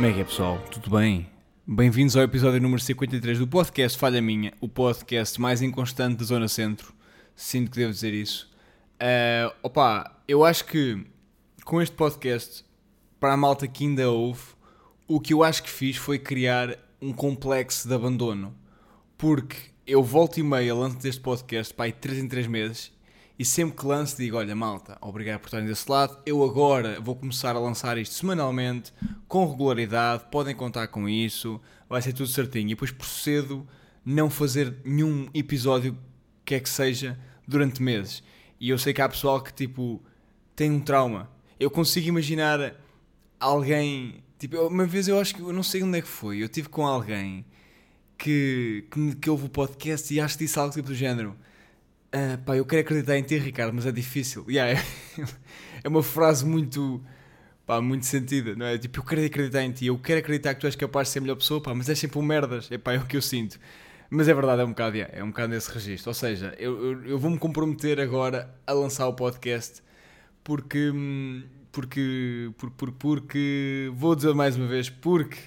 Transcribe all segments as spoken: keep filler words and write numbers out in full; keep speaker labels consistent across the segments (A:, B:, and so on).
A: Como é que é, pessoal? Tudo bem? Bem-vindos ao episódio número cinquenta e três do podcast Falha Minha, o podcast mais inconstante da Zona Centro. Sinto que devo dizer isso. Uh, opa, eu acho que com este podcast, para a malta que ainda ouve, o que eu acho que fiz foi criar um complexo de abandono. Porque eu volto e meia lanço este podcast para aí três em três meses e sempre que lanço digo, olha malta, obrigado por estarem desse lado, eu agora vou começar a lançar isto semanalmente, com regularidade, podem contar com isso, vai ser tudo certinho. E depois procedo não fazer nenhum episódio que é que seja durante meses. E eu sei que há pessoal que tipo tem um trauma. Eu consigo imaginar alguém, tipo, uma vez eu acho que, eu não sei onde é que foi, eu estive com alguém que, que, que ouve o podcast e acho que disse algo tipo do género. Uh, pá, eu quero acreditar em ti, Ricardo, mas é difícil. Yeah, é, é uma frase muito, pá, muito sentida, não é? Tipo, eu quero acreditar em ti, eu quero acreditar que tu és capaz de ser a melhor pessoa, pá, mas és sempre um merdas. É pá, é o que eu sinto. Mas é verdade, é um bocado, yeah, é um bocado nesse registro. Ou seja, eu, eu, eu vou-me comprometer agora a lançar o podcast porque, porque, porque, porque, porque, vou dizer mais uma vez, porque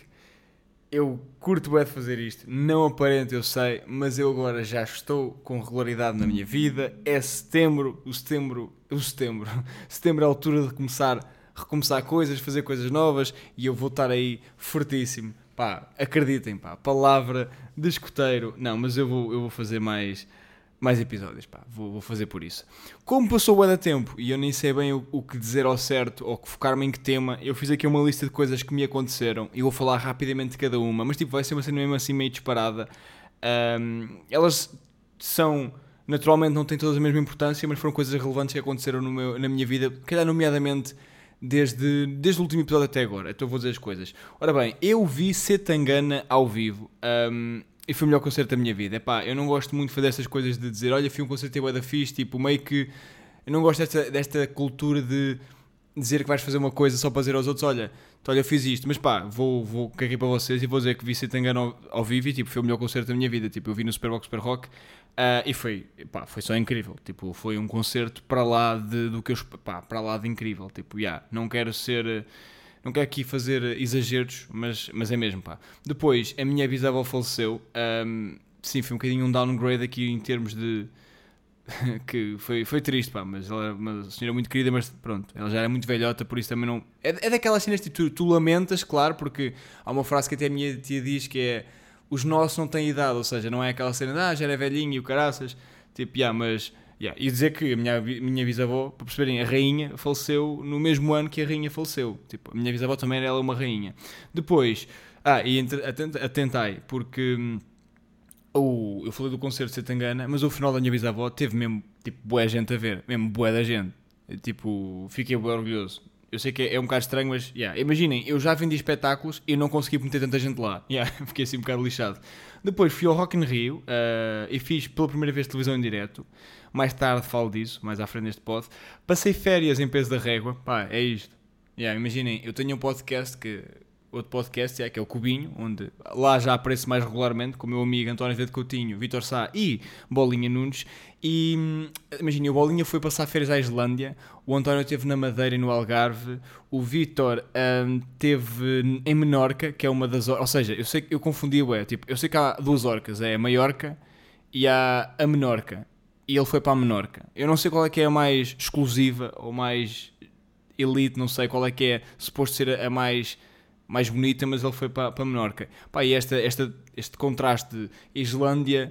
A: eu curto bem de fazer isto, não aparente, eu sei, mas eu agora já estou com regularidade na minha vida. É setembro, o setembro, o setembro, setembro é a altura de começar, recomeçar coisas, fazer coisas novas e eu vou estar aí fortíssimo. Pá, acreditem, pá, palavra de escoteiro. Não, mas eu vou, eu vou fazer mais, mais episódios, pá, vou, vou fazer por isso. Como passou o ano tempo e eu nem sei bem o, o que dizer ao certo ou que focar-me em que tema, eu fiz aqui uma lista de coisas que me aconteceram e vou falar rapidamente de cada uma, mas tipo, vai ser uma cena mesmo assim meio disparada. Um, elas são, naturalmente não têm todas a mesma importância, mas foram coisas relevantes que aconteceram no meu, na minha vida, calhar nomeadamente desde, desde o último episódio até agora. Então vou dizer as coisas. Ora bem, eu vi Setangana ao vivo. Um, E foi o melhor concerto da minha vida. Epá, eu não gosto muito de fazer estas coisas de dizer, olha, fui um concerto e bué da fixe, tipo, meio que... Eu não gosto desta, desta cultura de dizer que vais fazer uma coisa só para dizer aos outros, olha, então, olha, eu fiz isto, mas pá, vou, vou cair para vocês e vou dizer que vi Setangana ao, ao vivo e, tipo, foi o melhor concerto da minha vida. Tipo, eu vi no Superbox Super Rock uh, e foi, pá, foi só incrível. Tipo, foi um concerto para lá de, do que eu... Pá, para lá de incrível. Tipo, já, yeah, não quero ser... Não quero aqui fazer exageros, mas, mas é mesmo, pá. Depois, a minha bisavó faleceu. Um, sim, foi um bocadinho um downgrade aqui em termos de... que foi, foi triste, pá, mas ela era uma senhora muito querida, mas pronto, ela já era muito velhota, por isso também não... É, é daquelas cenas que tu, tu lamentas, claro, porque há uma frase que até a minha tia diz que é: os nossos não têm idade, ou seja, não é aquela cena de, ah, já era velhinho e o caraças, tipo, yeah, mas... Yeah. E dizer que a minha, minha bisavó, para perceberem, a rainha faleceu no mesmo ano que a rainha faleceu. Tipo, a minha bisavó também era ela uma rainha. Depois, ah, e atentai, porque hum, oh, eu falei do concerto de Setangana, mas o final da minha bisavó teve mesmo, tipo, bué gente a ver, mesmo bué da gente. Tipo, fiquei bué orgulhoso. Eu sei que é, é um bocado estranho, mas, yeah, imaginem, eu já vendi espetáculos e não consegui meter tanta gente lá. Yeah, fiquei assim um bocado lixado. Depois fui ao Rock in Rio uh, e fiz pela primeira vez televisão em direto. Mais tarde falo disso, mais à frente neste pod. Passei férias em Peso da Régua. Pá, é isto. Yeah, imaginem, eu tenho um podcast, que, outro podcast, yeah, que é o Cubinho, onde lá já apareço mais regularmente, com o meu amigo António Azevedo Coutinho, Vítor Sá e Bolinha Nunes. E imaginem, o Bolinha foi passar férias à Islândia, o António esteve na Madeira e no Algarve, o Vítor um, esteve em Menorca, que é uma das... Or- ou seja, eu sei que eu confundi, ué, tipo, eu sei que há duas orcas, é a Maiorca e há a Menorca. E ele foi para a Menorca. Eu não sei qual é que é a mais exclusiva ou mais elite, não sei qual é que é suposto ser a mais, mais bonita, mas ele foi para, para a Menorca. Pá, e esta, esta, este contraste de Islândia,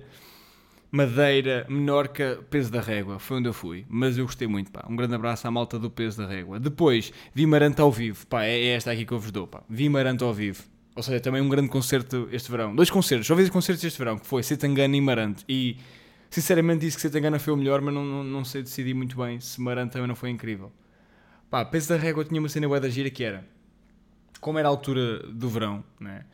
A: Madeira, Menorca, Peso da Régua, foi onde eu fui. Mas eu gostei muito, pá. Um grande abraço à malta do Peso da Régua. Depois, Vimarante ao vivo. Pá, é esta aqui que eu vos dou, pá. Vimarante ao vivo. Ou seja, também um grande concerto este verão. Dois concertos, só vi dois concertos este verão, que foi Setangana e Marante. E... sinceramente disse que Setangana foi o melhor, mas não, não, não sei decidir muito bem se Marante também não foi incrível. Pá, Peso da Régua tinha uma cena bué da gira que era, como era a altura do verão, né?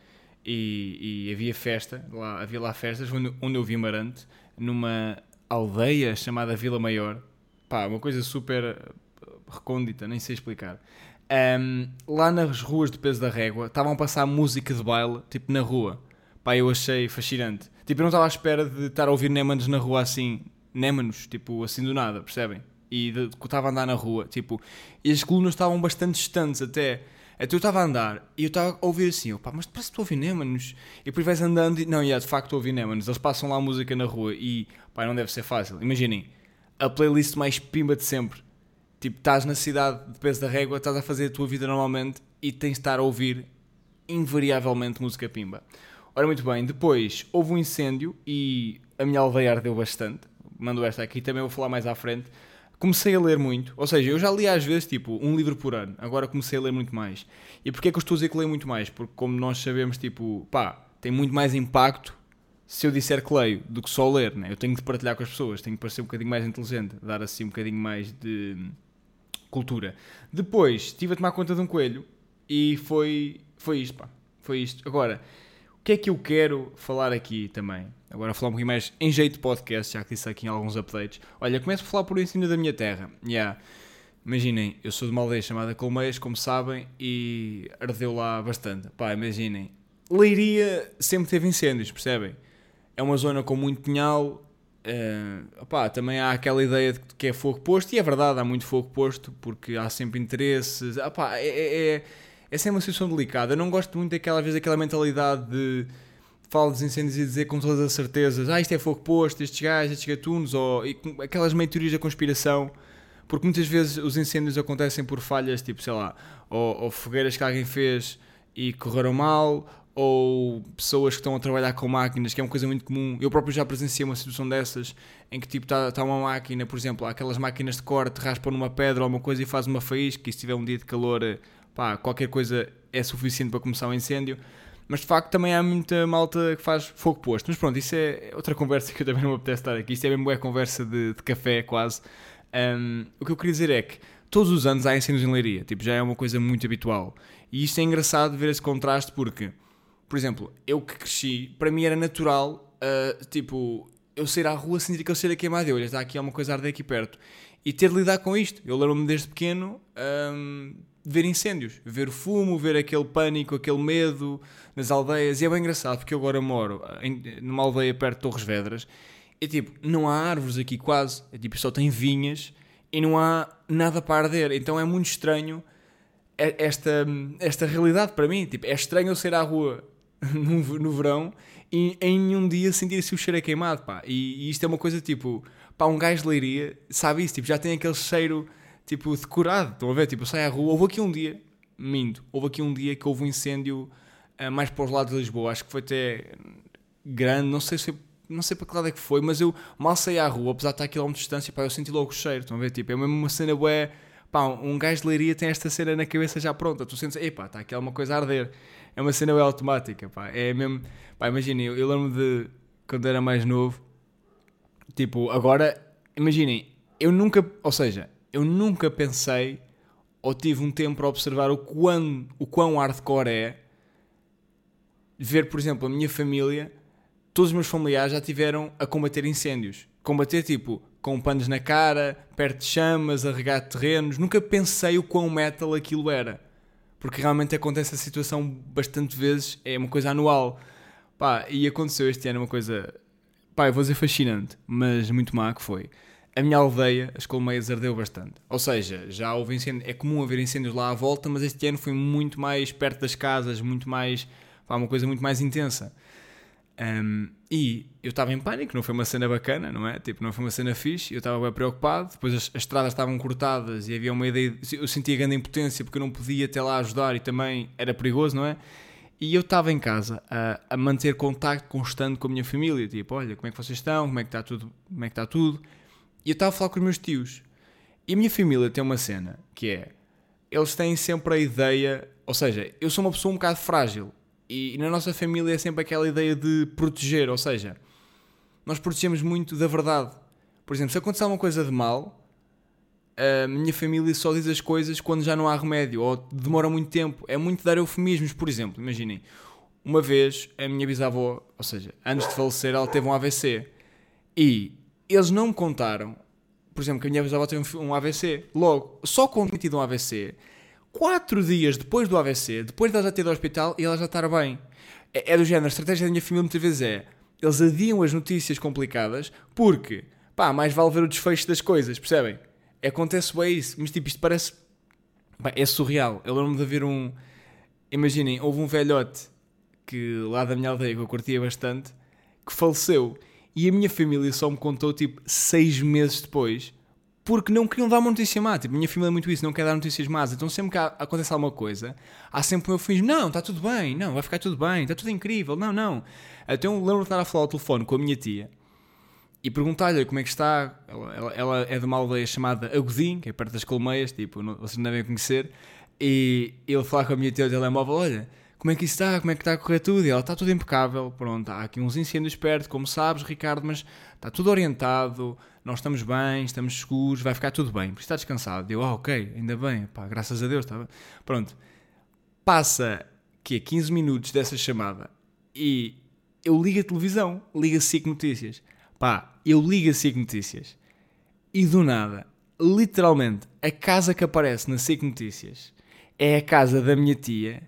A: e, e havia festa, lá, havia lá festas onde, onde eu vi Marante, numa aldeia chamada Vila Maior. Pá, uma coisa super recôndita, nem sei explicar. Um, lá nas ruas de Peso da Régua estavam a passar música de baile, tipo na rua. Pá, eu achei fascinante. Tipo, eu não estava à espera de estar a ouvir Némanos na rua assim, Némanos, tipo, assim do nada, percebem? E de, de, estava a andar na rua, tipo, e as colunas estavam bastante distantes até. Então eu estava a andar e eu estava a ouvir assim, pá, mas parece que estou a ouvir Némanos. E depois vais andando e, não, yeah, de facto estou a ouvir Némanos. Eles passam lá a música na rua e, pá, não deve ser fácil. Imaginem, a playlist mais pimba de sempre. Tipo, estás na cidade de Peso da Régua, estás a fazer a tua vida normalmente e tens de estar a ouvir invariavelmente música pimba. Ora, muito bem, depois houve um incêndio e a minha aldeia ardeu bastante. Mando esta aqui, também vou falar mais à frente. Comecei a ler muito, ou seja, eu já li às vezes tipo um livro por ano, agora comecei a ler muito mais. E porquê é que eu estou a dizer que leio muito mais? Porque como nós sabemos, tipo, pá, tem muito mais impacto se eu disser que leio do que só ler, né? Eu tenho de partilhar com as pessoas, tenho de parecer um bocadinho mais inteligente, dar assim um bocadinho mais de cultura. Depois estive a tomar conta de um coelho e foi, foi isto, pá, foi isto. Agora, o que é que eu quero falar aqui também? Agora falar um pouquinho mais em jeito de podcast, já que disse aqui em alguns updates. Olha, começo por falar por o ensino da minha terra. Yeah. Imaginem, eu sou de uma aldeia chamada Colmeias, como sabem, e ardeu lá bastante. Pá, imaginem. Leiria sempre teve incêndios, percebem? É uma zona com muito pinhal. Uh, opá, também há aquela ideia de que é fogo posto, e é verdade, há muito fogo posto, porque há sempre interesses. Opá, é, é, é, essa é uma situação delicada. Eu não gosto muito daquela vez daquela mentalidade de falo dos incêndios e dizer com todas as certezas, ah, isto é fogo posto, estes gajos, estes gatunos, ou e, aquelas meio teorias da conspiração, porque muitas vezes os incêndios acontecem por falhas, tipo, sei lá, ou, ou fogueiras que alguém fez e correram mal, ou pessoas que estão a trabalhar com máquinas, que é uma coisa muito comum. Eu próprio já presenciei uma situação dessas, em que tipo está tá uma máquina, por exemplo, há aquelas máquinas de corte, raspam numa pedra ou uma coisa e faz uma faísca, e se tiver um dia de calor, pá, qualquer coisa é suficiente para começar um incêndio. Mas de facto também há muita malta que faz fogo posto. Mas pronto, isso é outra conversa que eu também não me apetece estar aqui. Isto é mesmo é conversa de, de café quase. Um, o que eu queria dizer é que todos os anos há incêndios em Leiria. Tipo, já é uma coisa muito habitual. E isto é engraçado ver esse contraste porque, por exemplo, eu que cresci, para mim era natural, uh, tipo, eu sair à rua sentir aquele cheiro a queimado. Eu, olha, está aqui há uma coisa a arder aqui perto. E ter de lidar com isto. Eu lembro-me desde pequeno um, de ver incêndios. Ver o fumo, ver aquele pânico, aquele medo nas aldeias. E é bem engraçado porque eu agora moro em, numa aldeia perto de Torres Vedras e tipo, não há árvores aqui quase. É, tipo, só tem vinhas e não há nada para arder. Então é muito estranho esta, esta realidade para mim. Tipo, é estranho eu sair à rua no, no verão e em nenhum dia sentir-se o cheiro a queimado, pá. E, e isto é uma coisa tipo, pá, um gajo de Leiria sabe isso, tipo, já tem aquele cheiro tipo decorado, estão a ver? Tipo, sai à rua, houve aqui um dia, minto, houve aqui um dia que houve um incêndio uh, mais para os lados de Lisboa, acho que foi até grande, não sei se foi, não sei para que lado é que foi, mas eu mal saí à rua, apesar de estar a quilómetros de distância, pá, eu senti logo o cheiro, estão a ver? Tipo, é mesmo uma cena bué, pá, um gajo de Leiria tem esta cena na cabeça já pronta, tu sentes, epá, está aqui alguma coisa a arder. É uma cena bem automática, pá. É mesmo... Pá, imaginem, eu, eu lembro de... Quando era mais novo... Tipo, agora... Imaginem, eu nunca... Ou seja, eu nunca pensei... Ou tive um tempo para observar o quão, o quão hardcore é... Ver, por exemplo, a minha família... Todos os meus familiares já tiveram a combater incêndios. Combater, tipo, com panos na cara... Perto de chamas, a regar terrenos... Nunca pensei o quão metal aquilo era... Porque realmente acontece a situação bastante vezes, é uma coisa anual. Pá, e aconteceu este ano uma coisa, pá, eu vou dizer fascinante, mas muito má que foi. A minha aldeia, as Colmeias, ardeu bastante. Ou seja, já houve incêndios, é comum haver incêndios lá à volta, mas este ano foi muito mais perto das casas, muito mais, pá, uma coisa muito mais intensa. Um, e eu estava em pânico, não foi uma cena bacana, não é? Tipo, não foi uma cena fixe, eu estava bem preocupado, depois as, as estradas estavam cortadas e havia uma ideia, de, eu sentia grande impotência porque eu não podia até lá ajudar e também era perigoso, não é? E eu estava em casa a, a manter contacto constante com a minha família, tipo, olha, como é que vocês estão, como é que está tudo, como é que está tudo, e eu estava a falar com os meus tios, e a minha família tem uma cena, que é, eles têm sempre a ideia, ou seja, eu sou uma pessoa um bocado frágil, e na nossa família é sempre aquela ideia de proteger, ou seja, nós protegemos muito da verdade. Por exemplo, se acontecer alguma coisa de mal, a minha família só diz as coisas quando já não há remédio, ou demora muito tempo. É muito dar eufemismos, por exemplo. Imaginem, uma vez a minha bisavó, ou seja, antes de falecer, ela teve um A V C. E eles não me contaram, por exemplo, que a minha bisavó teve um A V C. Logo, só com ter tido um A V C... Quatro dias depois do A V C, depois de ela já ter ido ao hospital e ela já estar bem. É, é do género, a estratégia da minha família muitas vezes é, eles adiam as notícias complicadas porque, pá, mais vale ver o desfecho das coisas, percebem? Acontece bem isso, mas tipo, isto parece, pá, é surreal. Eu lembro-me de haver um, imaginem, houve um velhote que lá da minha aldeia que eu curtia bastante, que faleceu. E a minha família só me contou, tipo, seis meses depois, porque não queriam dar uma notícia má. Tipo, a minha família é muito isso, não quer dar notícias más. Então sempre que há, acontece alguma coisa, há sempre um eufemismo. Não, está tudo bem, não, vai ficar tudo bem, está tudo incrível, não, não. Até eu lembro de estar a falar ao telefone com a minha tia e perguntar-lhe como é que está. Ela, ela, ela é de uma aldeia chamada Agodim, que é perto das Colmeias, tipo, não, vocês não devem conhecer. E ele falar com a minha tia no telemóvel, olha, como é que isso está, como é que está a correr tudo? E ela, está tudo impecável, pronto, há aqui uns incêndios perto, como sabes, Ricardo, mas está tudo orientado, nós estamos bem, estamos seguros, vai ficar tudo bem, por isso está descansado. Eu, ah, ok, ainda bem, pá, graças a Deus, está bem. Pronto, passa, que é quinze minutos dessa chamada e eu ligo a televisão, ligo a SIC Notícias, pá, eu ligo a SIC Notícias e do nada, literalmente, a casa que aparece na SIC Notícias é a casa da minha tia,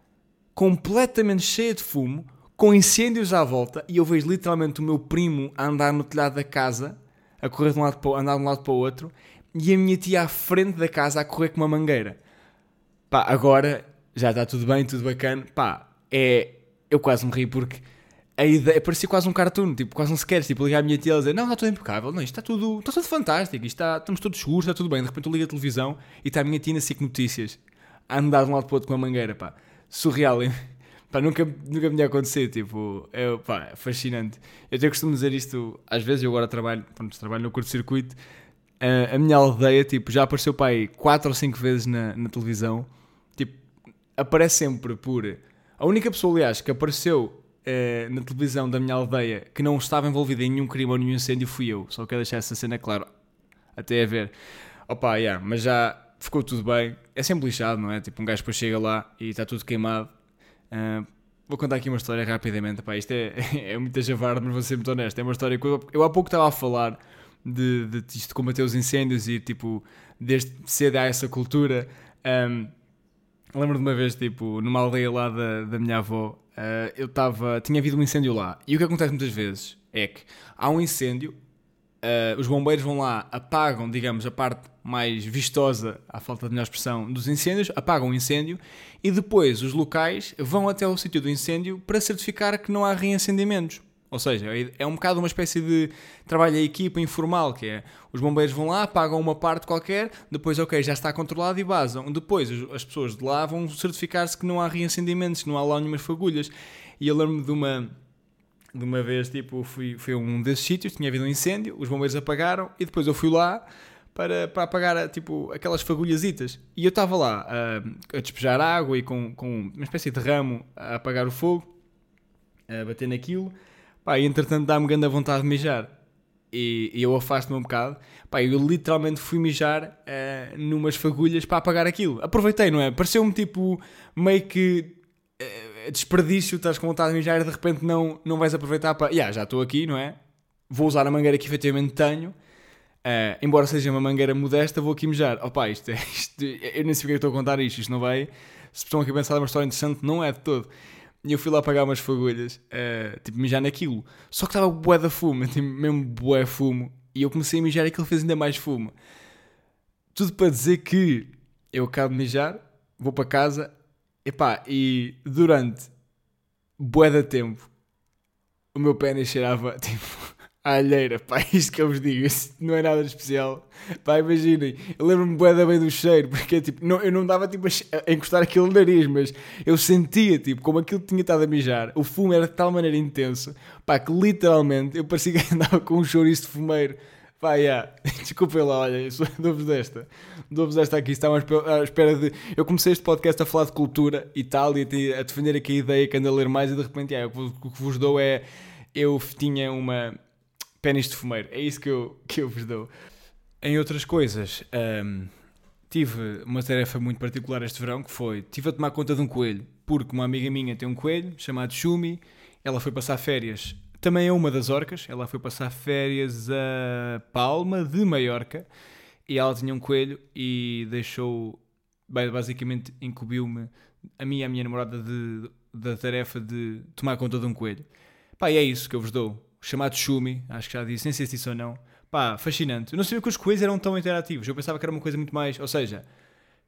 A: completamente cheia de fumo, com incêndios à volta, e eu vejo literalmente o meu primo a andar no telhado da casa, a correr de um lado para o, andar de um lado para o outro, e a minha tia à frente da casa a correr com uma mangueira. Pá, agora já está tudo bem, tudo bacana. Pá, é... eu quase me ri porque a ideia parecia quase um cartoon, tipo, quase um sketch, tipo, ligar a minha tia e dizer, não, está tudo impecável, não, isto está tudo, está tudo fantástico, isto está, estamos todos seguros, está tudo bem. De repente eu ligo a televisão e está a minha tia na SIC Notícias a andar de um lado para o outro com uma mangueira, pá. Surreal, hein? Pá, nunca, nunca me ia acontecer, tipo, é, pá, fascinante. Eu até costumo dizer isto, às vezes eu agora trabalho, pronto, trabalho no curto-circuito, a, a minha aldeia, tipo, já apareceu, pá, aí quatro ou cinco vezes na, na televisão, tipo, aparece sempre por... A única pessoa, aliás, que apareceu eh, na televisão da minha aldeia que não estava envolvida em nenhum crime ou nenhum incêndio fui eu, só quero deixar essa cena claro, até a ver. Opa, yeah, mas já ficou tudo bem, é sempre lixado, não é? Tipo, um gajo depois chega lá e está tudo queimado. Uh, vou contar aqui uma história rapidamente. Pá, isto é, é muita javarda, mas vou ser muito honesto. É uma história que eu, eu há pouco estava a falar de, de, de isto de combater os incêndios e tipo, desde cedo há essa cultura. Um, lembro de uma vez, tipo, numa aldeia lá da, da minha avó, uh, eu estava, tinha havido um incêndio lá. E o que acontece muitas vezes é que há um incêndio, uh, os bombeiros vão lá, apagam, digamos, a parte mais vistosa, à falta de melhor expressão, dos incêndios, apagam o incêndio e depois os locais vão até ao sítio do incêndio para certificar que não há reencendimentos. Ou seja, é um bocado uma espécie de trabalho em equipa informal, que é, os bombeiros vão lá, apagam uma parte qualquer, depois, ok, já está controlado e vazam. Depois as pessoas de lá vão certificar-se que não há reencendimentos, que não há lá nenhumas fagulhas. E eu lembro-me de uma... De uma vez, tipo, fui, fui a um desses sítios, tinha havido um incêndio, os bombeiros apagaram e depois eu fui lá para, para apagar, tipo, aquelas fagulhasitas. E eu estava lá a, a despejar água e com, com uma espécie de ramo a apagar o fogo, a bater naquilo. Pá, e entretanto dá-me grande vontade de mijar. E, e eu afasto-me um bocado. Pá, eu literalmente fui mijar uh, numas fagulhas para apagar aquilo. Aproveitei, não é? Pareceu-me tipo meio que uh, desperdício, estás com vontade de mijar e de repente não, não vais aproveitar para... Yeah, já estou aqui, não é? Vou usar a mangueira que efetivamente tenho. Uh, embora seja uma mangueira modesta, vou aqui mijar. Opa, isto é... Isto, eu nem sei porque estou a contar isto. Isto não vai... Se estão aqui a pensar numa história interessante, não é de todo. E eu fui lá apagar umas fagulhas, uh, tipo, mijar naquilo. Só que estava bué da fumo, tipo, mesmo bué fumo. E eu comecei a mijar e aquilo fez ainda mais fumo. Tudo para dizer que eu acabo de mijar, vou para casa, epá, e durante bué da tempo, o meu pênis cheirava, tipo, a alheira. Pá, isto que eu vos digo, isso não é nada de especial. Pá, imaginem, eu lembro-me bué da bem do cheiro, porque tipo, não, eu não dava tipo a encostar aquilo no nariz, mas eu sentia tipo, como aquilo tinha estado a mijar, o fumo era de tal maneira intenso, pá, que literalmente eu parecia que andava com um chouriço de fumeiro. Pá, yeah. Desculpem lá, olha, eu sou- dou-vos desta, dou-vos esta aqui, estavam à espe- à espera de... Eu comecei este podcast a falar de cultura e tal, e a te- a defender aqui a ideia que ando a ler mais, e de repente, yeah, o que vos o que vos dou é, eu tinha uma pênis de fumeiro, é isso que eu, que eu vos dou. Em outras coisas, hum, tive uma tarefa muito particular este verão, que foi, tive a tomar conta de um coelho, porque uma amiga minha tem um coelho, chamado Shumi, ela foi passar férias, também é uma das orcas, ela foi passar férias a Palma de Maiorca, e ela tinha um coelho e deixou, bem, basicamente incumbiu-me, a mim e a minha namorada, de, da tarefa de tomar conta de um coelho. Pá, e é isso que eu vos dou, chamado Shumi, acho que já disse, nem sei se disse ou não. Pá, fascinante. Eu não sabia que os coelhos eram tão interativos. Eu pensava que era uma coisa muito mais... Ou seja,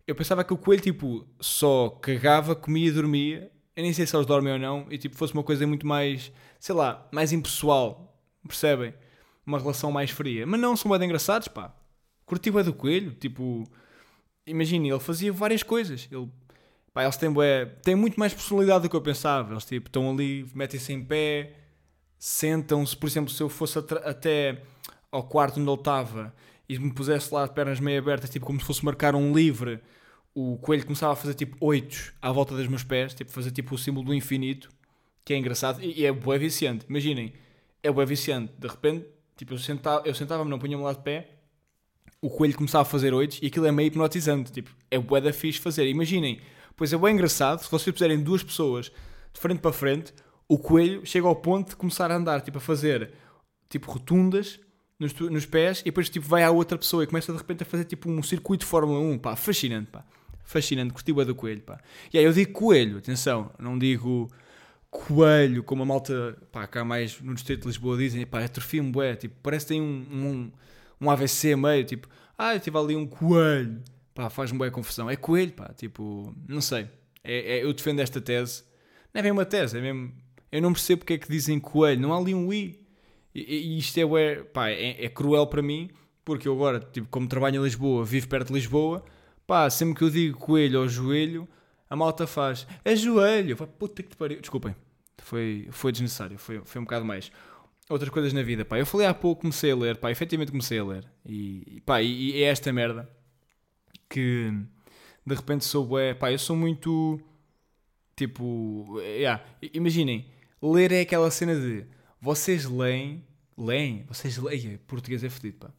A: Eu pensava que o coelho, tipo, só cagava, comia e dormia. Eu nem sei se eles dormem ou não. E, tipo, fosse uma coisa muito mais, sei lá, mais impessoal. Percebem? Uma relação mais fria. Mas não, são bem engraçados, pá. Curti bué do coelho. Tipo, imagina, ele fazia várias coisas. Ele, pá, eles têm bué, têm muito mais personalidade do que eu pensava. Eles, tipo, estão ali, metem-se em pé, sentam-se. Por exemplo, se eu fosse atra- até ao quarto onde ele estava e me pusesse lá de pernas meio abertas, tipo como se fosse marcar um livre, o coelho começava a fazer tipo oitos à volta dos meus pés, tipo fazer tipo o símbolo do infinito, que é engraçado e, e é bué viciante. Imaginem, é bué viciante. De repente, tipo, eu sentava, eu sentava-me, não punha-me lá de pé, o coelho começava a fazer oitos e aquilo é meio hipnotizante. Tipo, é bué da fixe fazer. Imaginem, pois é bué engraçado, se vocês puserem duas pessoas de frente para frente, o coelho chega ao ponto de começar a andar, tipo, a fazer tipo rotundas nos, nos pés e depois tipo vai à outra pessoa e começa de repente a fazer tipo um circuito de Fórmula um, pá, fascinante, pá. Fascinante, curti bué do coelho, pá. E aí eu digo coelho, atenção, não digo coelho, como a malta, pá, cá mais no distrito de Lisboa dizem, pá, atrofia-me bué, tipo, parece que tem um, um, um A V C meio, tipo, ah, eu tive ali um coelho, pá, faz-me bué confusão, é coelho, pá, tipo, não sei, é, é, eu defendo esta tese, não é bem uma tese, é mesmo, eu não percebo porque é que dizem coelho, não há ali um i, e, e isto é, bué, pá, é, é cruel para mim, porque eu agora, tipo, como trabalho em Lisboa, vivo perto de Lisboa, pá, sempre que eu digo coelho ou joelho, a malta faz, é joelho, pá, puta que te pariu, desculpem, foi, foi desnecessário, foi, foi um bocado mais. Outras coisas na vida, pá, eu falei há pouco, comecei a ler, pá, efetivamente comecei a ler, e, e pá, e, e é esta merda, que de repente sou bué, pá, eu sou muito, tipo, yeah, imaginem, ler é aquela cena de, vocês leem, leem, vocês leem, português é fedido, pá.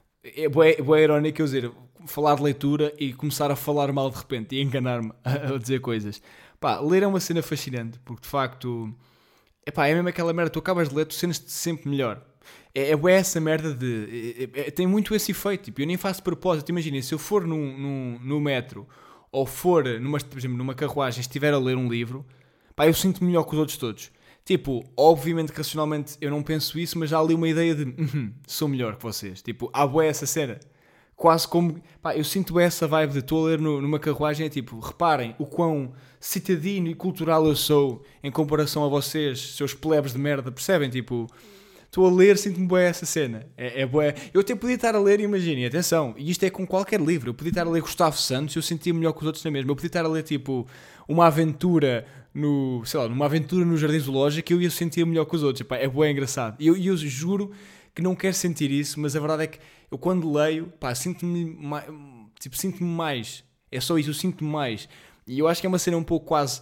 A: É bué, bué irónico eu dizer, falar de leitura e começar a falar mal de repente e enganar-me a, a dizer coisas. Pá, ler é uma cena fascinante, porque de facto, epá, é mesmo aquela merda, tu acabas de ler, tu sentes-te sempre melhor. É, é bué essa merda de... É, é, tem muito esse efeito, tipo, eu nem faço de propósito. Imaginem, se eu for no, no, no metro ou for, numa, por exemplo, numa carruagem, estiver a ler um livro, pá, eu sinto-me melhor que os outros todos. Tipo, obviamente que racionalmente eu não penso isso, mas há ali uma ideia de uhum, sou melhor que vocês. Tipo, há bué essa cena. Quase como, pá, eu sinto essa vibe de estou a ler no, numa carruagem, é tipo, reparem o quão citadino e cultural eu sou em comparação a vocês, seus plebes de merda, percebem? Tipo, estou a ler, sinto-me bué essa cena. É, é bué. Eu até podia estar a ler, imaginem, atenção, e isto é com qualquer livro, eu podia estar a ler Gustavo Santos e eu sentia melhor que os outros na mesma. Eu podia estar a ler, tipo, uma aventura no, sei lá, numa aventura no Jardim Zoológico e eu ia sentir melhor que os outros. Epá, é bué engraçado. E eu, eu juro que não quero sentir isso, mas a verdade é que eu quando leio, pá, sinto-me mais, tipo, sinto-me mais. É só isso, eu sinto-me mais. E eu acho que é uma cena um pouco quase,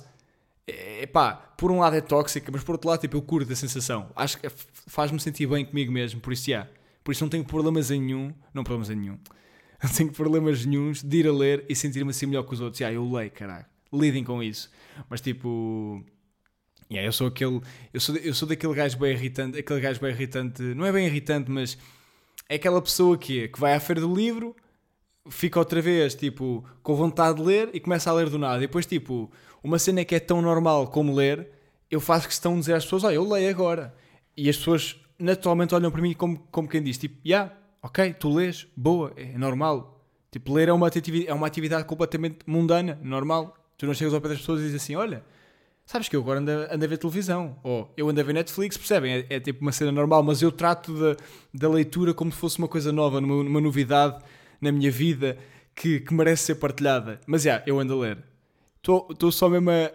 A: é, pá, por um lado é tóxica, mas por outro lado, tipo, eu curto a sensação. Acho que faz-me sentir bem comigo mesmo, por isso, já. Por isso não tenho problemas em nenhum, não problemas em nenhum, não tenho problemas nenhuns de ir a ler e sentir-me assim melhor que os outros. Já, eu leio, caralho. Lidem com isso. Mas tipo... Yeah, eu sou aquele... Eu sou, eu sou daquele gajo bem irritante. Aquele gajo bem irritante... Não é bem irritante, mas... É aquela pessoa que, que vai à feira do livro, fica outra vez, tipo, com vontade de ler e começa a ler do nada. E depois, tipo, uma cena que é tão normal como ler, eu faço questão de dizer às pessoas, olha, eu leio agora. E as pessoas naturalmente olham para mim como, como quem diz, tipo, já, yeah, ok, tu lês, boa, é normal. Tipo, ler é uma atividade, é uma atividade completamente mundana, normal. Tu não chegas ao pé das pessoas e dizes assim, olha, sabes que eu agora ando, ando a ver televisão, ou eu ando a ver Netflix, percebem? É, é tipo uma cena normal, mas eu trato da, da leitura como se fosse uma coisa nova, numa, numa novidade na minha vida que, que merece ser partilhada. Mas já, yeah, eu ando a ler. Estou só mesmo a,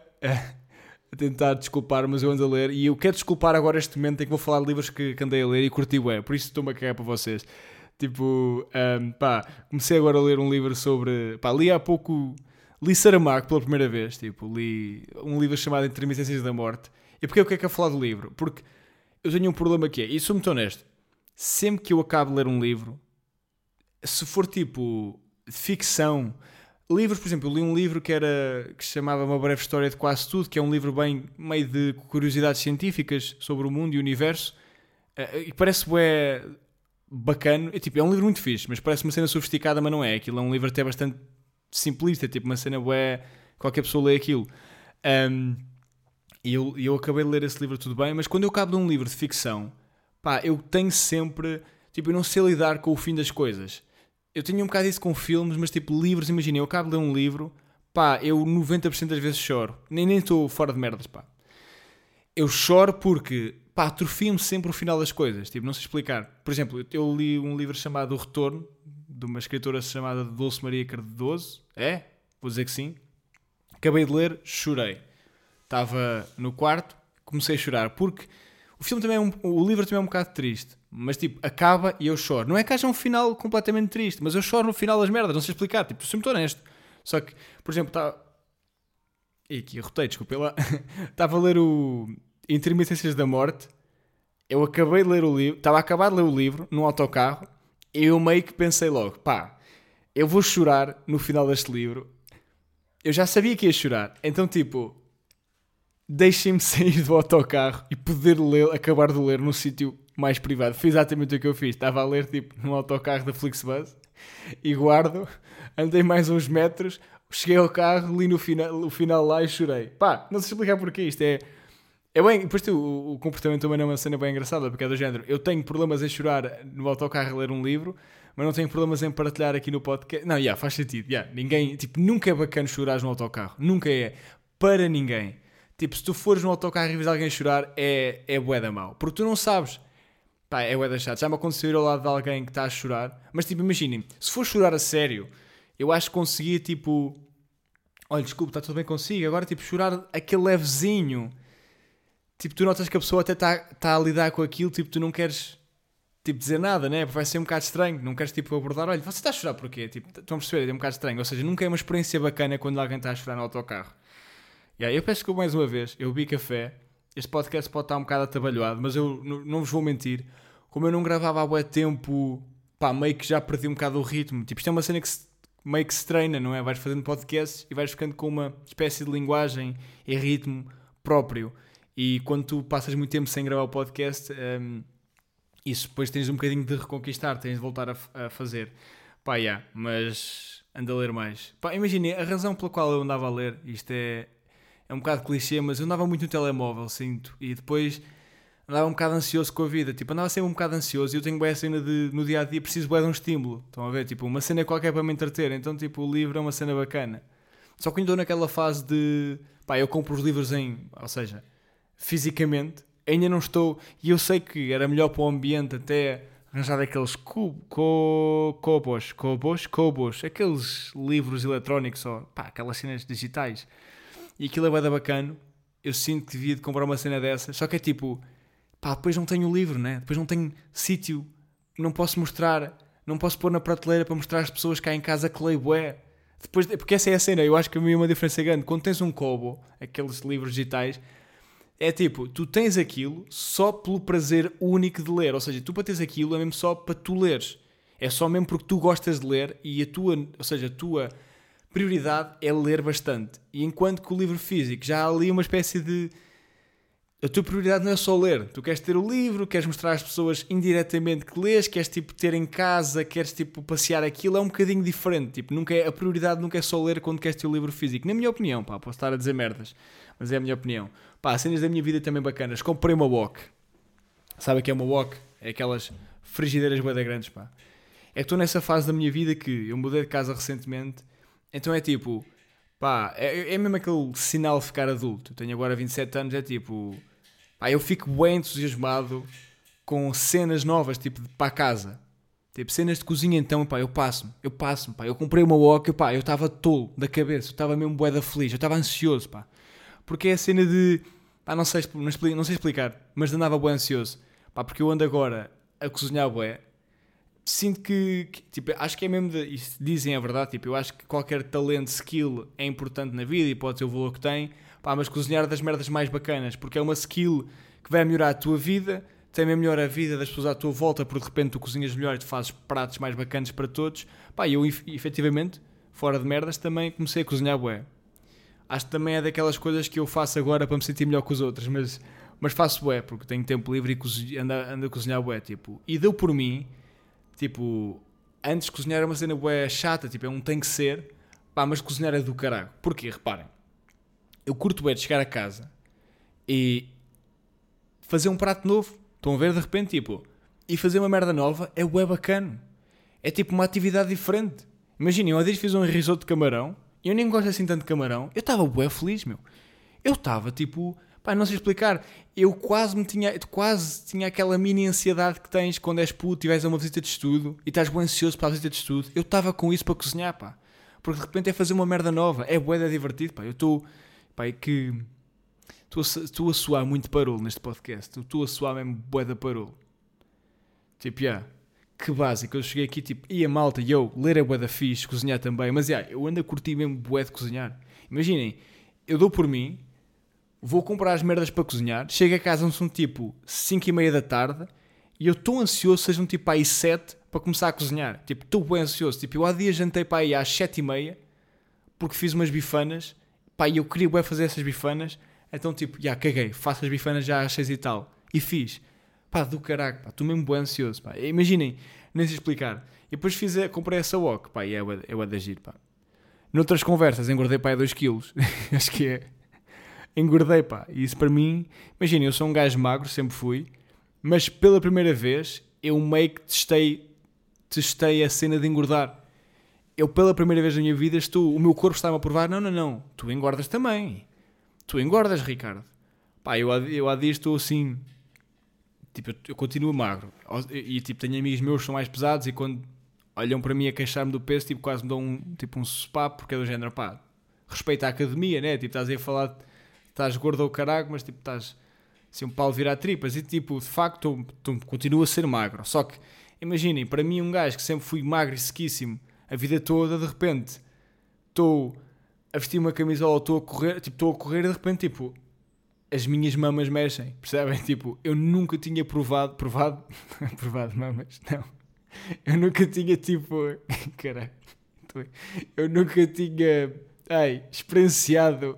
A: a tentar desculpar, mas eu ando a ler e eu quero desculpar agora este momento em que vou falar de livros que, que andei a ler e curti bué, por isso estou-me a cagar para vocês. Tipo, um, pá, comecei agora a ler um livro sobre... Pá, li há pouco... Li Saramago pela primeira vez, tipo, li um livro chamado Intermitências da Morte. E porquê eu quero que eu falar do livro? Porque eu tenho um problema que é, e sou muito honesto, sempre que eu acabo de ler um livro, se for tipo de ficção, livros, por exemplo, eu li um livro que era que se chamava Uma Breve História de Quase Tudo, que é um livro bem meio de curiosidades científicas sobre o mundo e o universo, e parece bué bacana, é, tipo, é um livro muito fixe, mas parece uma cena sofisticada, mas não é, aquilo é um livro até bastante simplista, tipo uma cena bué, qualquer pessoa lê aquilo. Um, e eu, eu acabei de ler esse livro tudo bem, mas quando eu acabo de um livro de ficção, pá, eu tenho sempre, tipo, eu não sei lidar com o fim das coisas. eu tenho um bocado isso com filmes, mas tipo livros, imagina, eu acabo de ler um livro, pá, eu noventa por cento das vezes choro. Nem nem estou fora de merdas, pá. Eu choro porque, pá, atrofio-me sempre o final das coisas. Tipo, não sei explicar. Por exemplo, eu li um livro chamado O Retorno, de uma escritora chamada Dulce Maria Cardoso. É? Vou dizer que sim. Acabei de ler, chorei. Estava no quarto, comecei a chorar. Porque o filme também é um, o livro também é um bocado triste. Mas tipo, acaba e eu choro. Não é que haja um final completamente triste, mas eu choro no final das merdas. Não sei explicar. Tipo, sou muito honesto. Só que, por exemplo, está... E aqui, rotei, desculpa lá. Estava a ler o Intermitências da Morte. Eu acabei de ler o livro. Estava a acabar de ler o livro, num autocarro. E eu meio que pensei logo, pá, eu vou chorar no final deste livro. Eu já sabia que ia chorar. Então, tipo, deixem-me sair do autocarro e poder ler, acabar de ler num sítio mais privado. Foi exatamente o que eu fiz. Estava a ler, tipo, num autocarro da Flixbus. E guardo. Andei mais uns metros. Cheguei ao carro, li no final, o final lá e chorei. Pá, não sei explicar porquê. Isto é... É bem, depois tu, o, o comportamento também é uma cena bem engraçada, porque é do género, eu tenho problemas em chorar no autocarro a ler um livro, mas não tenho problemas em partilhar aqui no podcast. Não, já, yeah, faz sentido, yeah, ninguém, tipo, nunca é bacana chorar no autocarro, nunca é, para ninguém. Tipo, se tu fores no autocarro e vês alguém chorar, é, é bué da mau, porque tu não sabes, pá, é bué da chato, já me aconteceu ir ao lado de alguém que está a chorar, mas tipo, imaginem, se for chorar a sério, eu acho que conseguia, tipo, olha, desculpa, está tudo bem consigo, agora, tipo, chorar aquele levezinho. Tipo, tu notas que a pessoa até está tá a lidar com aquilo, tipo, tu não queres, tipo, dizer nada, né? Porque vai ser um bocado estranho. Não queres, tipo, abordar, olha, você está a chorar porquê? Tipo, estão a perceber? É um bocado estranho. Ou seja, nunca é uma experiência bacana quando alguém está a chorar no autocarro. E aí, eu peço desculpa mais uma vez, eu bebi café. Este podcast pode estar um bocado atabalhoado, mas eu não, não vos vou mentir. Como eu não gravava há bué tempo, pá, meio que já perdi um bocado o ritmo. Tipo, isto é uma cena que se, meio que se treina, não é? Vais fazendo podcasts e vais ficando com uma espécie de linguagem e ritmo próprio. E quando tu passas muito tempo sem gravar o podcast, um, isso depois tens um bocadinho de reconquistar, tens de voltar a, a fazer. Pá, yeah, mas ando a ler mais. Pá, imagine, a razão pela qual eu andava a ler, isto é, é um bocado clichê, mas eu andava muito no telemóvel, sinto. E depois andava um bocado ansioso com a vida. Tipo, andava sempre um bocado ansioso e eu tenho bem a cena de, no dia-a-dia, preciso bem de um estímulo. Estão a ver? Tipo, uma cena qualquer para me entreter. Então, tipo, o livro é uma cena bacana. Só que eu estou naquela fase de... Pá, eu compro os livros em... Ou seja... fisicamente, ainda não estou, e eu sei que era melhor para o ambiente até arranjar aqueles cubos, co, cobos, cobos, cobos, aqueles livros eletrónicos, ou pá, aquelas cenas digitais, e aquilo é bué da bacana. Eu sinto que devia de comprar uma cena dessas, só que é tipo, pá, depois não tenho o livro, né? Depois não tenho sítio, não posso mostrar, não posso pôr na prateleira para mostrar às pessoas cá em casa que leio bué. Depois, porque essa é a cena, eu acho que a mim é uma diferença grande. Quando tens um Kobo, aqueles livros digitais, é tipo, tu tens aquilo só pelo prazer único de ler. Ou seja, tu para teres aquilo é mesmo só para tu leres. É só mesmo porque tu gostas de ler e a tua, ou seja, a tua prioridade é ler bastante. E enquanto que o livro físico já há ali uma espécie de... A tua prioridade não é só ler. Tu queres ter o livro, queres mostrar às pessoas indiretamente que lês, queres tipo ter em casa, queres tipo passear aquilo. É um bocadinho diferente. Tipo, nunca é, a prioridade nunca é só ler quando queres ter o livro físico. Na minha opinião, pá, posso estar a dizer merdas, mas é a minha opinião. Pá, cenas da minha vida também bacanas. Comprei uma wok. Sabe o que é uma wok? É aquelas frigideiras bué da grandes, pá. É que estou nessa fase da minha vida que eu mudei de casa recentemente. Então é tipo... Pá, é, é mesmo aquele sinal de ficar adulto. Eu tenho agora vinte e sete anos, é tipo... Pá, eu fico bem entusiasmado com cenas novas, tipo, para a casa. Tipo, cenas de cozinha, então, pá, eu passo-me. Eu passo-me, pá. Eu comprei uma wok, pá, eu estava tolo da cabeça. Eu estava mesmo bué da feliz. Eu estava ansioso, pá. Porque é a cena de... Pá, não sei, não, explico, não sei explicar, mas andava bué ansioso. Pá, porque eu ando agora a cozinhar bué. Sinto que, que, tipo, acho que é mesmo, de, isso dizem a verdade, tipo, eu acho que qualquer talento, skill é importante na vida e pode ter o valor que tem, pá, mas cozinhar é das merdas mais bacanas, porque é uma skill que vai melhorar a tua vida, também melhora a vida das pessoas à tua volta, porque de repente tu cozinhas melhor e tu fazes pratos mais bacanas para todos, pá, e eu efetivamente, fora de merdas, também comecei a cozinhar bué. Acho que também é daquelas coisas que eu faço agora para me sentir melhor que os outros, mas, mas faço bué, porque tenho tempo livre e cozinho, ando, ando a cozinhar bué, tipo, e deu por mim. Tipo, antes cozinhar é uma cena bué chata, tipo, é um tem que ser, pá, mas cozinhar é do caralho. Porquê? Reparem, eu curto bué de chegar a casa e fazer um prato novo, estão a ver de repente, tipo, e fazer uma merda nova é bué bacana. É tipo uma atividade diferente. Imaginem, eu há dias fiz um risoto de camarão, e eu nem gosto assim tanto de camarão, eu estava bué feliz, meu. Eu estava tipo, pá, não sei explicar, eu quase me tinha, quase tinha aquela mini ansiedade que tens quando és puto e vais a uma visita de estudo, e estás bem ansioso para a visita de estudo. Eu estava com isso para cozinhar, pá. Porque de repente é fazer uma merda nova, é bué de divertido, pá. Eu estou, pá, é que... Estou a suar muito parolo neste podcast. Estou a suar mesmo bué da parolo. Tipo, já, yeah, que básico. Eu cheguei aqui, tipo, ia malta, e eu, ler é bué da fixe, cozinhar também. Mas, já, yeah, eu ando a curtir mesmo bué de cozinhar. Imaginem, eu dou por mim, vou comprar as merdas para cozinhar, chego a casa, são tipo cinco e meia da tarde, e eu estou ansioso, sejam tipo aí sete, para começar a cozinhar. Tipo, estou bem ansioso. Tipo, eu há dias jantei para aí às sete e meia, porque fiz umas bifanas, pá, e eu queria bué fazer essas bifanas. Então, tipo, já, caguei, faço as bifanas já às seis e tal. E fiz. Pá, do caraca, pá, estou mesmo bem ansioso, pá. Imaginem, nem sei explicar. E depois fiz a, comprei essa wok, pá, e é o de agir, pá. Noutras conversas, engordei, pá, dois quilos. Acho que é. Engordei, pá. E isso para mim, imaginem, eu sou um gajo magro, sempre fui. Mas pela primeira vez, eu meio que testei, testei a cena de engordar. Eu, pela primeira vez na minha vida, estou, o meu corpo está-me a provar, não, não, não, tu engordas também. Tu engordas, Ricardo. Pá, eu, eu há dias estou assim... Tipo, eu, eu continuo magro. E, e, tipo, tenho amigos meus que são mais pesados e quando olham para mim a queixar-me do peso, tipo, quase me dão um, tipo, um sopapo, porque é do género, pá, respeita a academia, né? Tipo, estás aí a falar, estás gordo ao caralho, mas, tipo, estás assim, um pau de virar tripas. E, tipo, de facto, continuo a ser magro. Só que, imaginem, para mim, um gajo que sempre fui magro e sequíssimo a vida toda, de repente, estou... a vestir uma camisola, estou a correr, tipo, estou a correr e de repente, tipo, as minhas mamas mexem, percebem? Tipo, eu nunca tinha provado, provado, provado mamas, não, eu nunca tinha, tipo, caralho, eu nunca tinha, ai, experienciado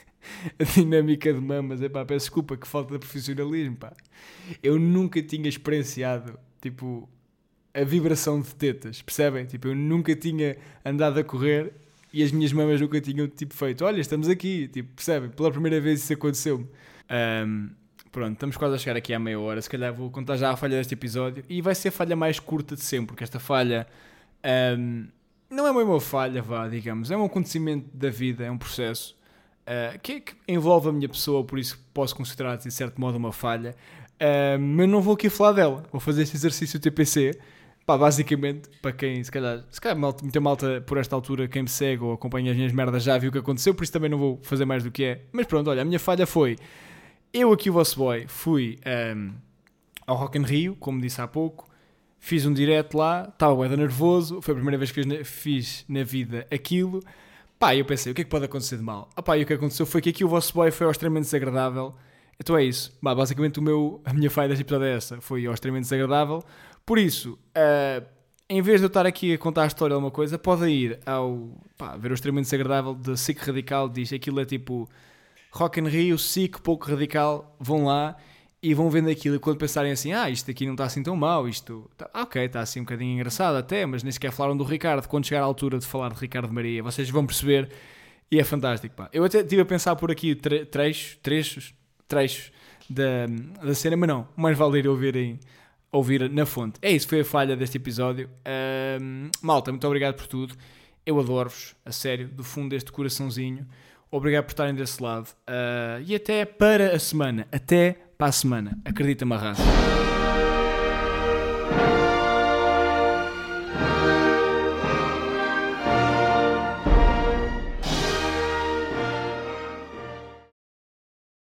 A: a dinâmica de mamas, é pá, peço desculpa, que falta de profissionalismo, pá, eu nunca tinha experienciado, tipo, a vibração de tetas, percebem? Tipo, eu nunca tinha andado a correr e as minhas mamas nunca tinham, tipo, feito, olha, estamos aqui, tipo, percebem? Pela primeira vez isso aconteceu-me. Um, pronto, estamos quase a chegar aqui à meia hora, se calhar vou contar já a falha deste episódio, e vai ser a falha mais curta de sempre, porque esta falha um, não é uma falha, vá, digamos, é um acontecimento da vida, é um processo, uh, que, que envolve a minha pessoa, por isso posso considerar de certo modo uma falha, uh, mas não vou aqui falar dela, vou fazer este exercício T P C. Pá, basicamente, para quem, se calhar, se calhar malta, muita malta por esta altura, quem me segue ou acompanha as minhas merdas já viu o que aconteceu, por isso também não vou fazer mais do que é. Mas pronto, olha, a minha falha foi, eu aqui o vosso boy, fui um, ao Rock in Rio, como disse há pouco, fiz um direct lá, estava bué nervoso, foi a primeira vez que fiz na, fiz na vida aquilo, pá, eu pensei, o que é que pode acontecer de mal? Ah pá, e o que aconteceu foi que aqui o vosso boy foi ao extremamente desagradável, então é isso, bah, basicamente o meu, a minha falha deste episódio é essa, foi ao extremamente desagradável. Por isso, uh, em vez de eu estar aqui a contar a história de alguma coisa, podem ir ao pá, ver o extremamente desagradável de S I C Radical, diz aquilo é tipo Rock in Rio, S I C, pouco radical, vão lá e vão vendo aquilo e quando pensarem assim, ah, isto aqui não está assim tão mau, isto, tá, ok, está assim um bocadinho engraçado até, mas nem sequer falaram do Ricardo, quando chegar à altura de falar de Ricardo Maria, vocês vão perceber e é fantástico, pá. Eu até estive a pensar por aqui tre- trechos, trechos, trechos da, da cena, mas não, mais vale ir ouvirem ouvir na fonte. É isso, foi a falha deste episódio. Um, malta, muito obrigado por tudo. Eu adoro-vos, a sério, do fundo deste coraçãozinho. Obrigado por estarem desse lado. Uh, e até para a semana. Até para a semana. Acredita-me, a raça.